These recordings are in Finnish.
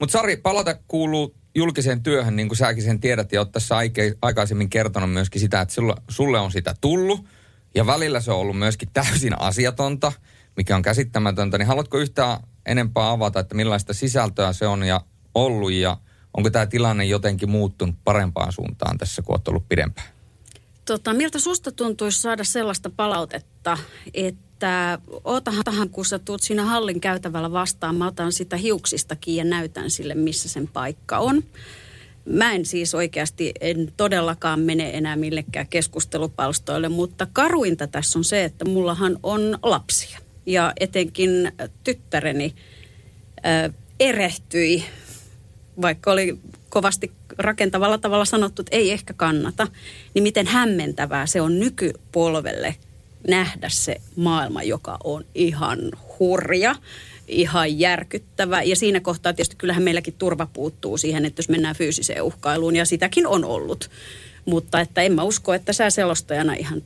Mutta Sari, palaute kuuluu julkiseen työhön, niin kuin säkin sen tiedät, ja oot tässä aikaisemmin kertonut myöskin sitä, että sulle on sitä tullut, ja välillä se on ollut myöskin täysin asiatonta, mikä on käsittämätöntä, niin haluatko yhtään enempää avata, että millaista sisältöä se on ja ollut, ja onko tämä tilanne jotenkin muuttunut parempaan suuntaan tässä, kun olet ollut pidempään? Miltä susta tuntuisi saada sellaista palautetta, että ootahan kun sä tuut siinä hallin käytävällä vastaan, mä otan sitä hiuksistakin ja näytän sille, missä sen paikka on. Mä en siis oikeasti, en todellakaan mene enää millekään keskustelupalstoille, mutta karuinta tässä on se, että mullahan on lapsia. Ja etenkin tyttäreni erehtyi, vaikka oli kovasti rakentavalla tavalla sanottu, että ei ehkä kannata, niin miten hämmentävää se on nykypolvelle nähdä se maailma, joka on ihan hurja, ihan järkyttävä. Ja siinä kohtaa tietysti kyllähän meilläkin turva puuttuu siihen, että jos mennään fyysiseen uhkailuun, ja sitäkin on ollut. Mutta että en mä usko, että sä selostajana ihan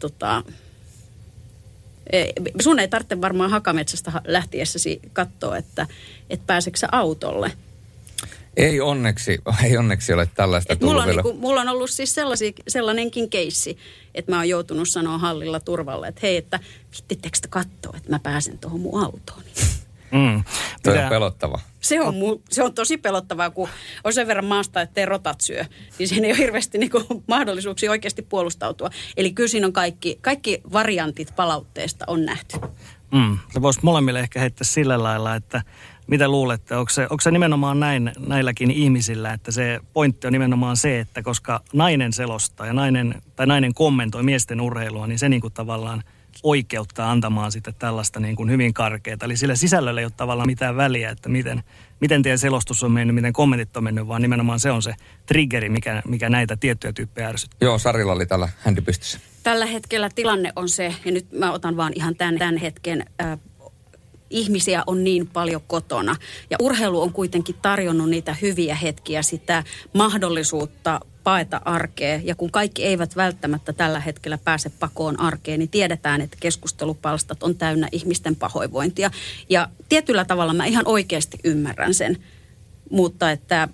sun ei tarvitse varmaan Hakametsästä lähtiessäsi katsoa, että pääseekö sä autolle. Ei onneksi ole tällaista tullut vielä. Mulla on ollut siis sellainenkin keissi, että mä oon joutunut sanoa hallilla turvalle, että hei, että vittittekö te katsoa, että mä pääsen tuohon mun autoon. Toi on pelottava. Se on tosi pelottavaa, kun on sen verran maasta, ettei rotat syö. Niin siinä ei ole hirveästi mahdollisuuksia oikeasti puolustautua. Eli kyllä siinä on kaikki variantit palautteesta on nähty. Se voisi molemmille ehkä heittää sillä lailla, että mitä luulette, onko se nimenomaan näilläkin ihmisillä, että se pointti on nimenomaan se, että koska nainen selostaa ja nainen kommentoi miesten urheilua, niin se niin kuin tavallaan oikeuttaa antamaan sitten tällaista niin kuin hyvin karkeata. Eli sillä sisällöllä ei ole tavallaan mitään väliä, että miten teidän selostus on mennyt, miten kommentit on mennyt, vaan nimenomaan se on se triggeri, mikä näitä tiettyjä tyyppejä ärsyttää. Joo, Sarilla oli tällä hänti pystyssä. Tällä hetkellä tilanne on se, ja nyt mä otan vaan ihan tämän hetken, ihmisiä on niin paljon kotona. Ja urheilu on kuitenkin tarjonnut niitä hyviä hetkiä, sitä mahdollisuutta paeta arkea. Ja kun kaikki eivät välttämättä tällä hetkellä pääse pakoon arkeen, niin tiedetään, että keskustelupalstat on täynnä ihmisten pahoinvointia. Ja tietyllä tavalla mä ihan oikeasti ymmärrän sen. Mutta että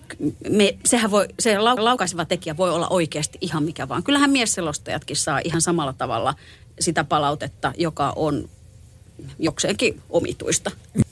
se laukaiseva tekijä voi olla oikeasti ihan mikä vaan. Kyllähän miesselostajatkin saa ihan samalla tavalla sitä palautetta, joka on jokseenkin omituista.